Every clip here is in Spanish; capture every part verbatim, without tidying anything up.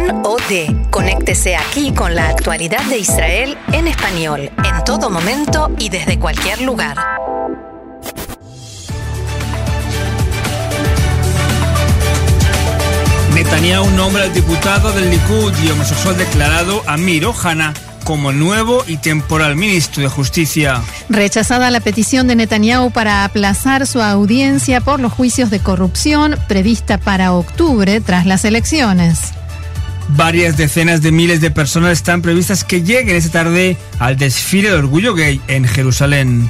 Con O D. Conéctese aquí con la actualidad de Israel en español, en todo momento y desde cualquier lugar. Netanyahu nombra al diputado del Likud y homosexual declarado Amir Ohana como nuevo y temporal ministro de Justicia. Rechazada la petición de Netanyahu para aplazar su audiencia por los juicios de corrupción prevista para octubre tras las elecciones. Varias decenas de miles de personas están previstas que lleguen esta tarde al desfile del orgullo gay en Jerusalén.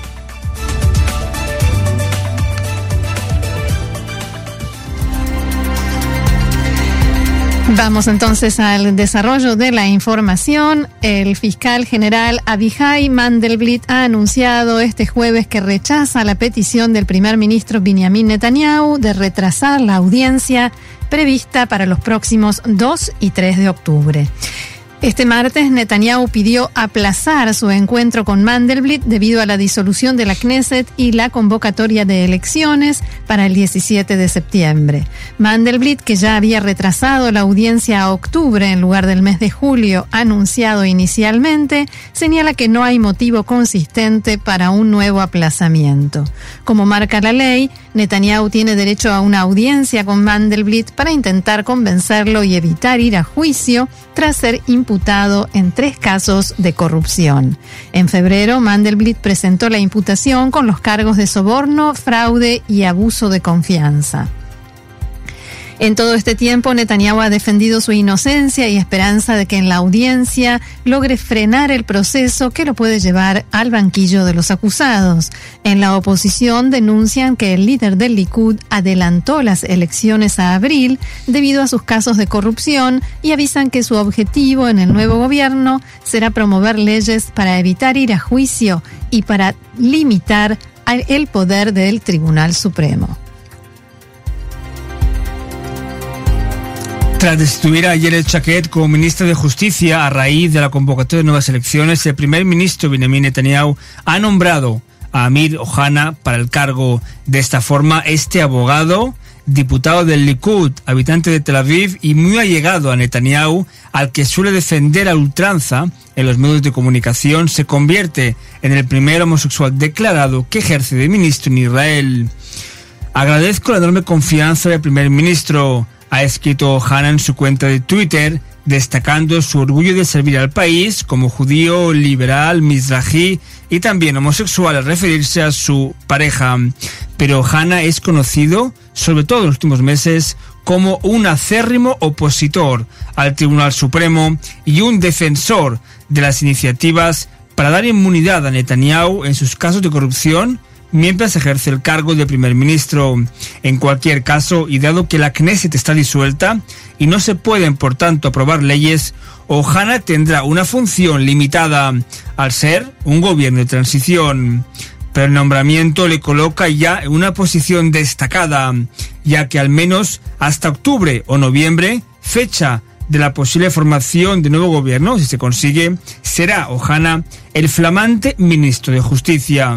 Vamos entonces al desarrollo de la información. El fiscal general Abihai Mandelblit ha anunciado este jueves que rechaza la petición del primer ministro Benjamin Netanyahu de retrasar la audiencia prevista para los próximos dos y tres de octubre. Este martes, Netanyahu pidió aplazar su encuentro con Mandelblit debido a la disolución de la Knesset y la convocatoria de elecciones para el diecisiete de septiembre. Mandelblit, que ya había retrasado la audiencia a octubre en lugar del mes de julio anunciado inicialmente, señala que no hay motivo consistente para un nuevo aplazamiento. Como marca la ley, Netanyahu tiene derecho a una audiencia con Mandelblit para intentar convencerlo y evitar ir a juicio tras ser imputado en tres casos de corrupción. En febrero, Mandelblit presentó la imputación con los cargos de soborno, fraude y abuso de confianza. En todo este tiempo, Netanyahu ha defendido su inocencia y esperanza de que en la audiencia logre frenar el proceso que lo puede llevar al banquillo de los acusados. En la oposición denuncian que el líder del Likud adelantó las elecciones a abril debido a sus casos de corrupción y avisan que su objetivo en el nuevo gobierno será promover leyes para evitar ir a juicio y para limitar el poder del Tribunal Supremo. Tras destituir a Ayelet Shaked como ministra de Justicia a raíz de la convocatoria de nuevas elecciones, el primer ministro Benjamin Netanyahu ha nombrado a Amir Ohana para el cargo. De esta forma, este abogado, diputado del Likud, habitante de Tel Aviv y muy allegado a Netanyahu, al que suele defender a ultranza en los medios de comunicación, se convierte en el primer homosexual declarado que ejerce de ministro en Israel. Agradezco la enorme confianza del primer ministro, ha escrito Ohana en su cuenta de Twitter, destacando su orgullo de servir al país como judío, liberal, mizrahi y también homosexual al referirse a su pareja. Pero Ohana es conocido, sobre todo en los últimos meses, como un acérrimo opositor al Tribunal Supremo y un defensor de las iniciativas para dar inmunidad a Netanyahu en sus casos de corrupción mientras ejerce el cargo de primer ministro. En cualquier caso, y dado que la Knesset está disuelta y no se pueden, por tanto, aprobar leyes, Ohana tendrá una función limitada al ser un gobierno de transición. Pero el nombramiento le coloca ya en una posición destacada, ya que al menos hasta octubre o noviembre, fecha de la posible formación de nuevo gobierno, si se consigue, será Ohana el flamante ministro de Justicia.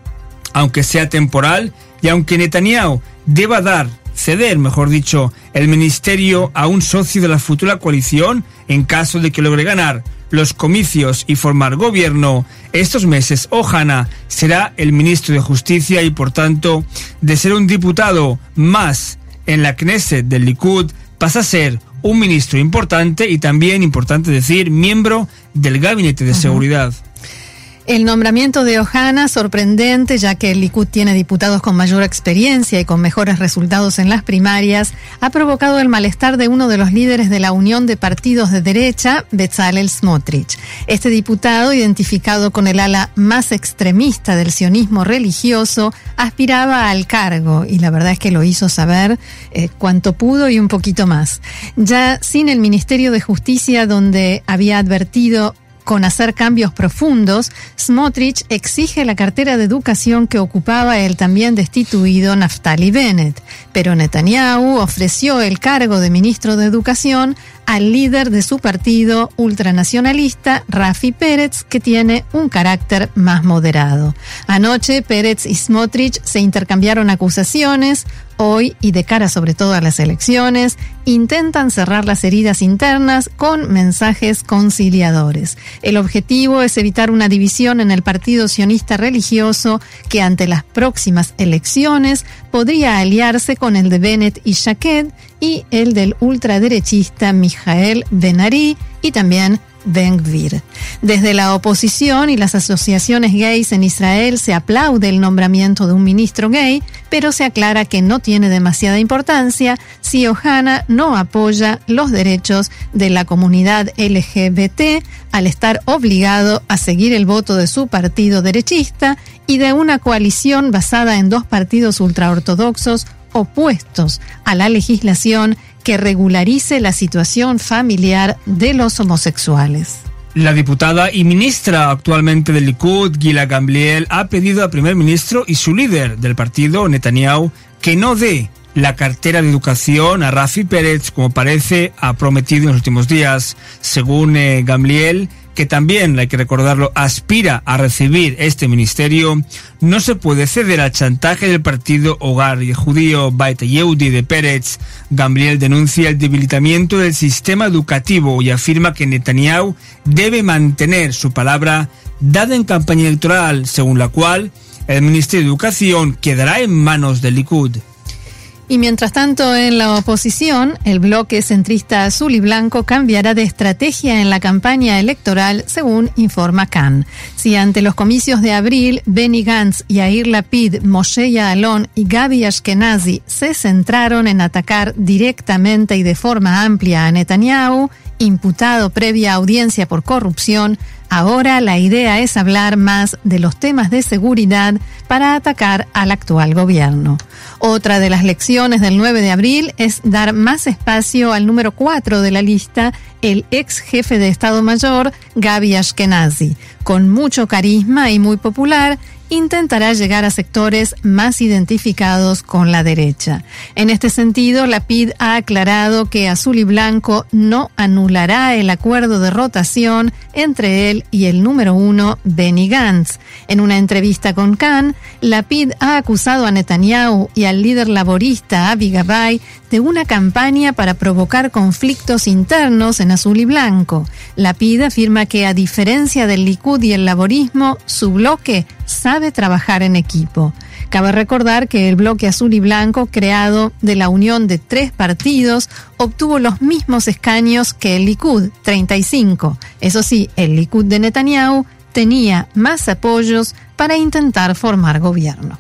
Aunque sea temporal y aunque Netanyahu deba dar, ceder, mejor dicho, el ministerio a un socio de la futura coalición en caso de que logre ganar los comicios y formar gobierno, estos meses Ohana será el ministro de Justicia y, por tanto, de ser un diputado más en la Knesset del Likud, pasa a ser un ministro importante y también, importante decir, miembro del Gabinete de uh-huh. Seguridad. El nombramiento de Ohana, sorprendente, ya que el Likud tiene diputados con mayor experiencia y con mejores resultados en las primarias, ha provocado el malestar de uno de los líderes de la Unión de Partidos de Derecha, Bezalel Smotrich. Este diputado, identificado con el ala más extremista del sionismo religioso, aspiraba al cargo y la verdad es que lo hizo saber eh, cuanto pudo y un poquito más. Ya sin el Ministerio de Justicia, donde había advertido con hacer cambios profundos, Smotrich exige la cartera de educación que ocupaba el también destituido Naftali Bennett, pero Netanyahu ofreció el cargo de ministro de Educación al líder de su partido ultranacionalista, Rafi Peretz, que tiene un carácter más moderado. Anoche, Peretz y Smotrich se intercambiaron acusaciones. Hoy, y de cara sobre todo a las elecciones, intentan cerrar las heridas internas con mensajes conciliadores. El objetivo es evitar una división en el partido sionista religioso que ante las próximas elecciones podría aliarse con el de Bennett y Shaked y el del ultraderechista Mijael Ben-Ari y también Ben-Gvir. Desde la oposición y las asociaciones gays en Israel se aplaude el nombramiento de un ministro gay, pero se aclara que no tiene demasiada importancia si Ohana no apoya los derechos de la comunidad L G B T al estar obligado a seguir el voto de su partido derechista y de una coalición basada en dos partidos ultraortodoxos opuestos a la legislación que regularice la situación familiar de los homosexuales. La diputada y ministra actualmente del Likud, Gila Gamliel, ha pedido al primer ministro y su líder del partido, Netanyahu, que no dé la cartera de educación a Rafi Pérez, como parece ha prometido en los últimos días. Según eh, Gamliel, que también, hay que recordarlo, aspira a recibir este ministerio, no se puede ceder al chantaje del partido Hogar Judío Beit Yehudi de Pérez. Gamliel denuncia el debilitamiento del sistema educativo y afirma que Netanyahu debe mantener su palabra dada en campaña electoral, según la cual el Ministerio de Educación quedará en manos del Likud. Y mientras tanto, en la oposición, el bloque centrista azul y blanco cambiará de estrategia en la campaña electoral, según informa Kan. Si ante los comicios de abril, Benny Gantz, Yair Lapid, Moshe Ya'alon y Gabi Ashkenazi se centraron en atacar directamente y de forma amplia a Netanyahu, imputado previa audiencia por corrupción, ahora la idea es hablar más de los temas de seguridad para atacar al actual gobierno. Otra de las lecciones del nueve de abril es dar más espacio al número cuatro de la lista, el ex jefe de Estado Mayor, Gabi Ashkenazi. Con mucho carisma y muy popular, intentará llegar a sectores más identificados con la derecha. En este sentido, Lapid ha aclarado que Azul y Blanco no anulará el acuerdo de rotación entre él y el número uno, Benny Gantz. En una entrevista con Kan, Lapid ha acusado a Netanyahu y al líder laborista Avi Gabay de una campaña para provocar conflictos internos en Azul y Blanco. Lapid afirma que, a diferencia del Likud y el laborismo, su bloque sabe trabajar en equipo. Cabe recordar que el bloque azul y blanco, creado de la unión de tres partidos, obtuvo los mismos escaños que el Likud, treinta y cinco. Eso sí, el Likud de Netanyahu tenía más apoyos para intentar formar gobierno.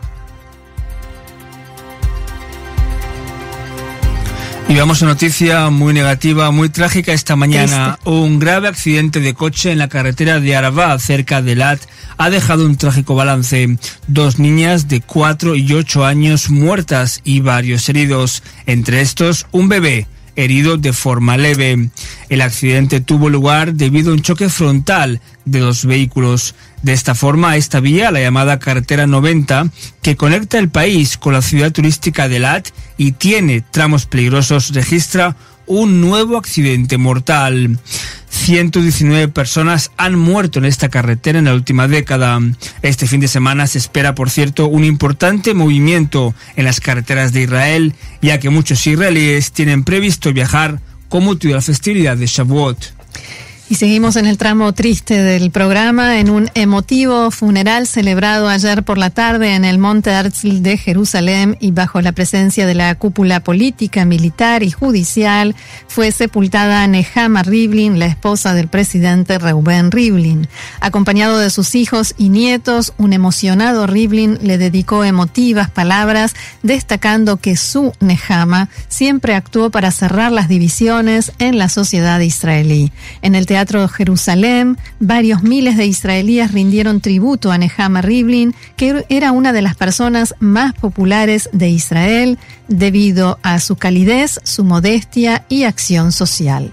Y vamos a noticia muy negativa, muy trágica esta mañana. Triste. Un grave accidente de coche en la carretera de Arabá, cerca de Eilat, ha dejado un trágico balance. Dos niñas de cuatro y ocho años muertas y varios heridos. Entre estos, un bebé herido de forma leve. El accidente tuvo lugar debido a un choque frontal de dos vehículos. De esta forma, esta vía, la llamada carretera noventa, que conecta el país con la ciudad turística de Eilat y tiene tramos peligrosos, registra un nuevo accidente mortal. ciento diecinueve personas han muerto en esta carretera en la última década. Este fin de semana se espera, por cierto, un importante movimiento en las carreteras de Israel, ya que muchos israelíes tienen previsto viajar con motivo de la festividad de Shavuot. Y seguimos en el tramo triste del programa, en un emotivo funeral celebrado ayer por la tarde en el Monte Herzl de Jerusalén y bajo la presencia de la cúpula política, militar y judicial, fue sepultada Nehama Rivlin, la esposa del presidente Reuven Rivlin. Acompañado de sus hijos y nietos, un emocionado Rivlin le dedicó emotivas palabras, destacando que su Nehama siempre actuó para cerrar las divisiones en la sociedad israelí. En el Teatro Jerusalén, varios miles de israelíes rindieron tributo a Nehama Rivlin, que era una de las personas más populares de Israel debido a su calidez, su modestia y acción social.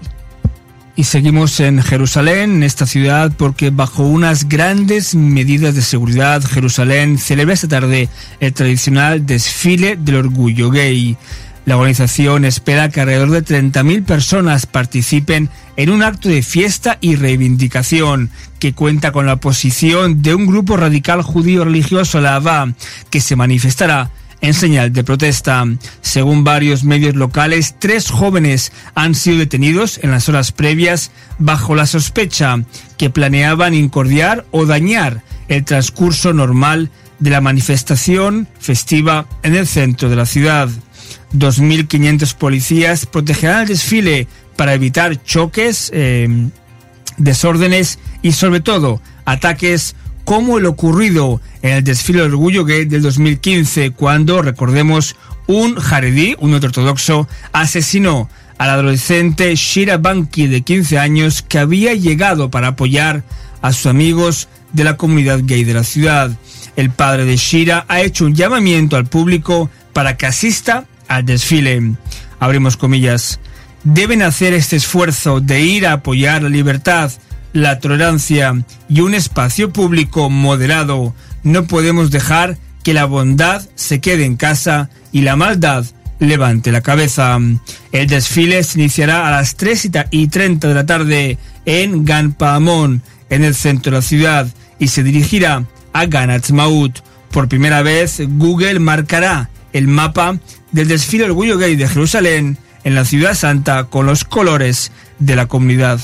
Y seguimos en Jerusalén, en esta ciudad, porque bajo unas grandes medidas de seguridad, Jerusalén celebra esta tarde el tradicional desfile del orgullo gay. La organización espera que alrededor de treinta mil personas participen en un acto de fiesta y reivindicación que cuenta con la oposición de un grupo radical judío religioso, la Ahava, que se manifestará en señal de protesta. Según varios medios locales, tres jóvenes han sido detenidos en las horas previas bajo la sospecha que planeaban incordiar o dañar el transcurso normal de la manifestación festiva en el centro de la ciudad. dos mil quinientos policías protegerán el desfile para evitar choques, eh, desórdenes y sobre todo ataques como el ocurrido en el desfile de Orgullo Gay del dos mil quince, cuando, recordemos, un jaredí, un ortodoxo, asesinó al adolescente Shira Banki de quince años que había llegado para apoyar a sus amigos de la comunidad gay de la ciudad. El padre de Shira ha hecho un llamamiento al público para que asista al desfile. Abrimos comillas. Deben hacer este esfuerzo de ir a apoyar la libertad, la tolerancia y un espacio público moderado. No podemos dejar que la bondad se quede en casa y la maldad levante la cabeza. El desfile se iniciará a las tres y treinta de la tarde en Gan Paamon, en el centro de la ciudad, y se dirigirá a Gan Atzmaut. Por primera vez, Google marcará el mapa del desfile Orgullo Gay de Jerusalén en la Ciudad Santa con los colores de la comunidad.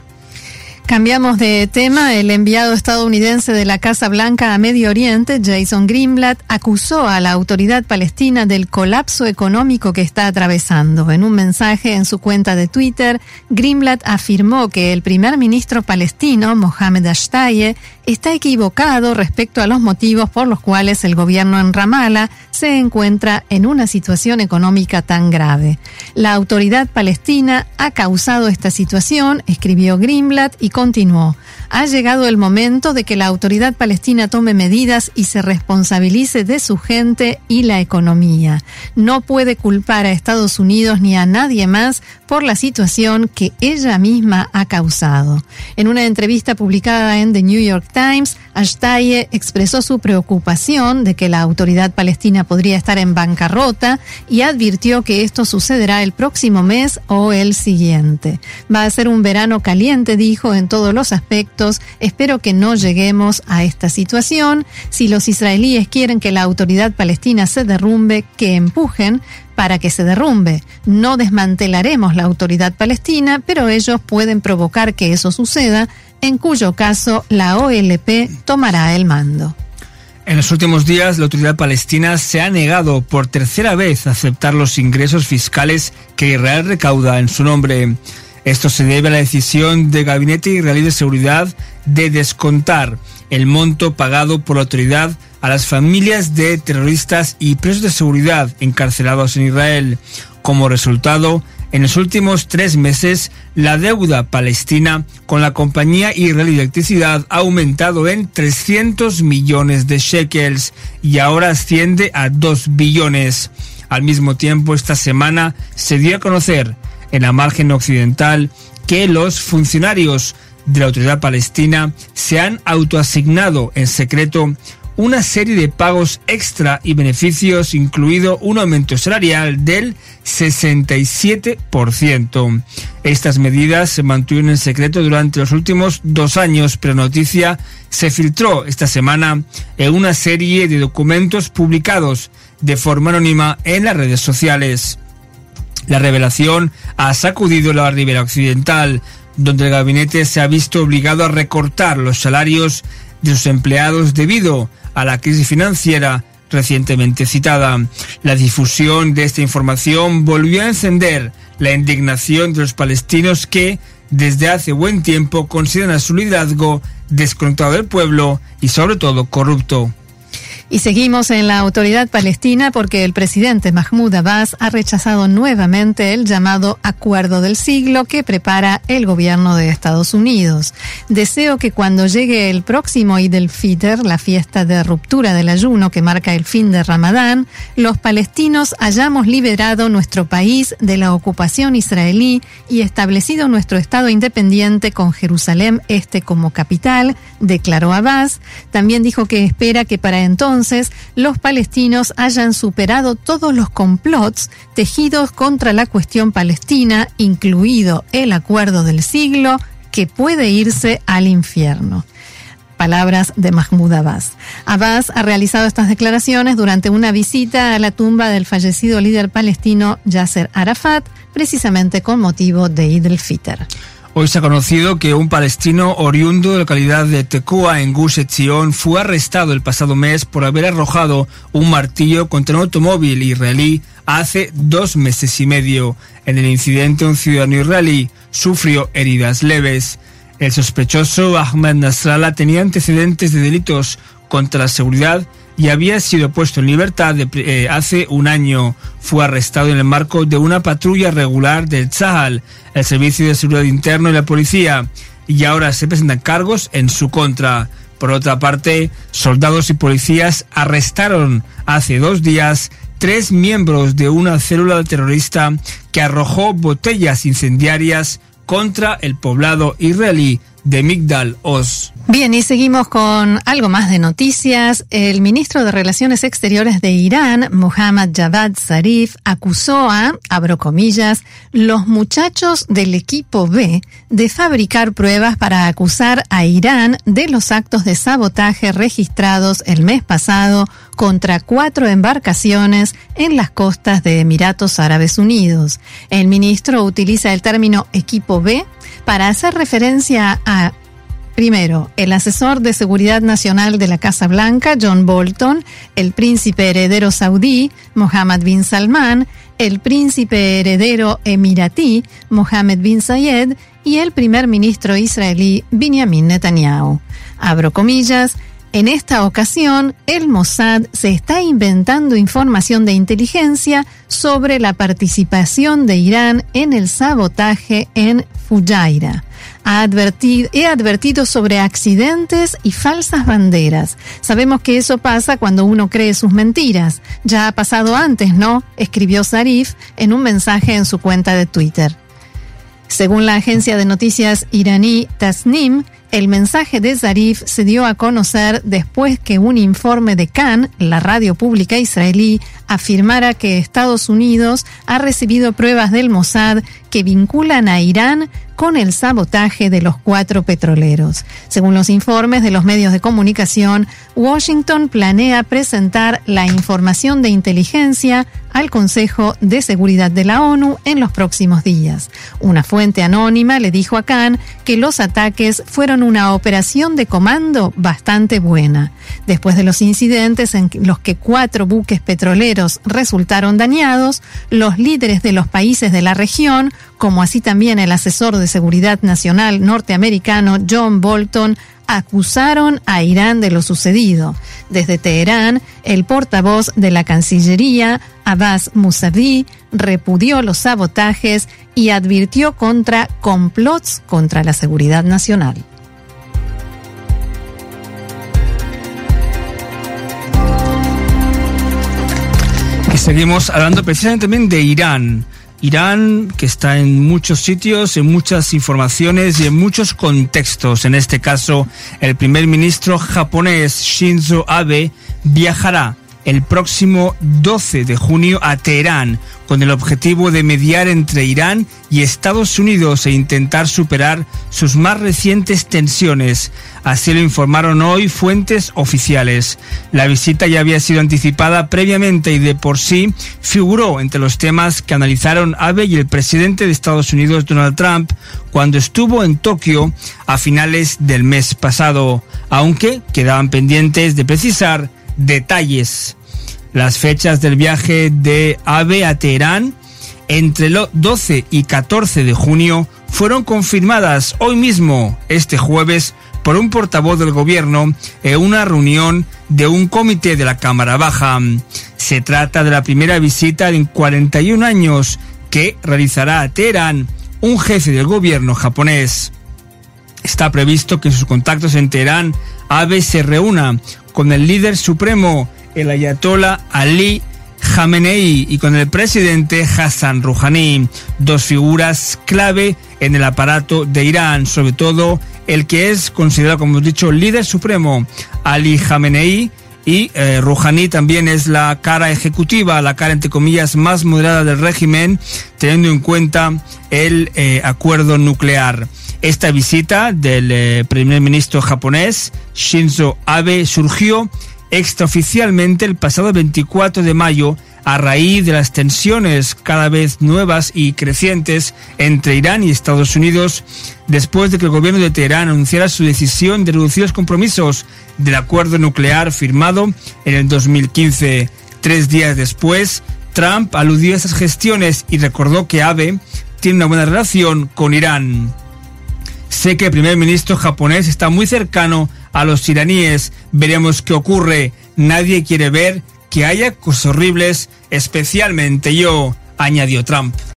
Cambiamos de tema. El enviado estadounidense de la Casa Blanca a Medio Oriente, Jason Greenblatt, acusó a la autoridad palestina del colapso económico que está atravesando. En un mensaje en su cuenta de Twitter, Greenblatt afirmó que el primer ministro palestino, Mohamed Ashtaye, está equivocado respecto a los motivos por los cuales el gobierno en Ramallah se encuentra en una situación económica tan grave. La autoridad palestina ha causado esta situación, escribió Greenblatt, y continuó: ha llegado el momento de que la autoridad palestina tome medidas y se responsabilice de su gente y la economía. No puede culpar a Estados Unidos ni a nadie más por la situación que ella misma ha causado. En una entrevista publicada en The New York Times, Ashtaye expresó su preocupación de que la autoridad palestina podría estar en bancarrota y advirtió que esto sucederá el próximo mes o el siguiente. Va a ser un verano caliente, dijo, en todos los aspectos. Espero que no lleguemos a esta situación. Si los israelíes quieren que la autoridad palestina se derrumbe, que empujen para que se derrumbe. No desmantelaremos la autoridad palestina, pero ellos pueden provocar que eso suceda, en cuyo caso la O L P tomará el mando. En los últimos días, la autoridad palestina se ha negado por tercera vez a aceptar los ingresos fiscales que Israel recauda en su nombre. Esto se debe a la decisión del Gabinete Israelí de Seguridad de descontar el monto pagado por la autoridad a las familias de terroristas y presos de seguridad encarcelados en Israel. Como resultado, en los últimos tres meses, la deuda palestina con la compañía israelí de electricidad ha aumentado en trescientos millones de shekels y ahora asciende a dos billones. Al mismo tiempo, esta semana se dio a conocer en la margen occidental que los funcionarios de la autoridad palestina se han autoasignado en secreto una serie de pagos extra y beneficios, incluido un aumento salarial del sesenta y siete por ciento. Estas medidas se mantuvieron en secreto durante los últimos dos años, pero la noticia se filtró esta semana en una serie de documentos publicados de forma anónima en las redes sociales. La revelación ha sacudido la ribera occidental, donde el gabinete se ha visto obligado a recortar los salarios de sus empleados debido a la crisis financiera recientemente citada. La difusión de esta información volvió a encender la indignación de los palestinos que, desde hace buen tiempo, consideran a su liderazgo desconectado del pueblo y, sobre todo, corrupto. Y seguimos en la autoridad palestina porque el presidente Mahmoud Abbas ha rechazado nuevamente el llamado Acuerdo del Siglo que prepara el gobierno de Estados Unidos. Deseo que cuando llegue el próximo Eid el-Fitr, la fiesta de ruptura del ayuno que marca el fin de Ramadán, los palestinos hayamos liberado nuestro país de la ocupación israelí y establecido nuestro Estado independiente con Jerusalén Este como capital, declaró Abbas. También dijo que espera que para entonces los palestinos hayan superado todos los complots tejidos contra la cuestión palestina, incluido el Acuerdo del Siglo, que puede irse al infierno. palabras de Mahmoud Abbas. Abbas ha realizado estas declaraciones durante una visita a la tumba del fallecido líder palestino Yasser Arafat, precisamente con motivo de Eid el-Fitr. Hoy se ha conocido que un palestino oriundo de la localidad de Tekoa, en Gush Etzion, fue arrestado el pasado mes por haber arrojado un martillo contra un automóvil israelí hace dos meses y medio. En el incidente, un ciudadano israelí sufrió heridas leves. El sospechoso, Ahmed Nasrallah, tenía antecedentes de delitos contra la seguridad y había sido puesto en libertad de, eh, hace un año. Fue arrestado en el marco de una patrulla regular del Tzahal, el Servicio de Seguridad Interno y la policía, y ahora se presentan cargos en su contra. Por otra parte, soldados y policías arrestaron hace dos días tres miembros de una célula terrorista que arrojó botellas incendiarias contra el poblado israelí de Migdal Oz. Bien, y seguimos con algo más de noticias. El ministro de Relaciones Exteriores de Irán, Mohammad Javad Zarif, acusó a, abro comillas, los muchachos del equipo B de fabricar pruebas para acusar a Irán de los actos de sabotaje registrados el mes pasado contra cuatro embarcaciones en las costas de Emiratos Árabes Unidos. El ministro utiliza el término equipo B para hacer referencia a, primero, el asesor de seguridad nacional de la Casa Blanca, John Bolton, el príncipe heredero saudí, Mohammed bin Salman, el príncipe heredero emiratí, Mohammed bin Zayed, y el primer ministro israelí, Benjamin Netanyahu. Abro comillas. En esta ocasión, el Mossad se está inventando información de inteligencia sobre la participación de Irán en el sabotaje en Fujairah. Ha advertido, he advertido sobre accidentes y falsas banderas. Sabemos que eso pasa cuando uno cree sus mentiras. Ya ha pasado antes, ¿no?, escribió Zarif en un mensaje en su cuenta de Twitter. Según la agencia de noticias iraní Tasnim, el mensaje de Zarif se dio a conocer después que un informe de Kan, la radio pública israelí, afirmara que Estados Unidos ha recibido pruebas del Mossad que vinculan a Irán con el sabotaje de los cuatro petroleros. Según los informes de los medios de comunicación, Washington planea presentar la información de inteligencia al Consejo de Seguridad de la ONU en los próximos días. Una fuente anónima le dijo a Kan que los ataques fueron una operación de comando bastante buena. Después de los incidentes en los que cuatro buques petroleros resultaron dañados, los líderes de los países de la región, como así también el asesor de seguridad nacional norteamericano John Bolton, acusaron a Irán de lo sucedido. Desde Teherán, el portavoz de la Cancillería, Abbas Mousavi, repudió los sabotajes y advirtió contra complots contra la seguridad nacional. Y seguimos hablando precisamente también de Irán. Irán, que está en muchos sitios, en muchas informaciones y en muchos contextos. En este caso, el primer ministro japonés Shinzo Abe viajará el próximo doce de junio a Teherán con el objetivo de mediar entre Irán y Estados Unidos e intentar superar sus más recientes tensiones. Así lo informaron hoy fuentes oficiales. La visita ya había sido anticipada previamente y de por sí figuró entre los temas que analizaron Abe y el presidente de Estados Unidos, Donald Trump, cuando estuvo en Tokio a finales del mes pasado, aunque quedaban pendientes de precisar detalles. Las fechas del viaje de Abe a Teherán entre el doce y catorce de junio fueron confirmadas hoy mismo, este jueves, por un portavoz del gobierno en una reunión de un comité de la Cámara Baja. Se trata de la primera visita en cuarenta y un años que realizará a Teherán un jefe del gobierno japonés. Está previsto que en sus contactos en Teherán, Abe se reúna con el líder supremo, el ayatollah Ali Khamenei, y con el presidente Hassan Rouhani, dos figuras clave en el aparato de Irán, sobre todo el que es considerado, como hemos dicho, líder supremo. Ali Khamenei y eh, Rouhani también es la cara ejecutiva, la cara entre comillas más moderada del régimen, teniendo en cuenta el eh, acuerdo nuclear. Esta visita del eh, primer ministro japonés Shinzo Abe surgió extraoficialmente el pasado veinticuatro de mayo a raíz de las tensiones cada vez nuevas y crecientes entre Irán y Estados Unidos, después de que el gobierno de Teherán anunciara su decisión de reducir los compromisos del acuerdo nuclear firmado en el dos mil quince. Tres días después, Trump aludió a esas gestiones y recordó que Abe tiene una buena relación con Irán. Sé que el primer ministro japonés está muy cercano a los iraníes. Veremos qué ocurre. Nadie quiere ver que haya cosas horribles, especialmente yo, añadió Trump.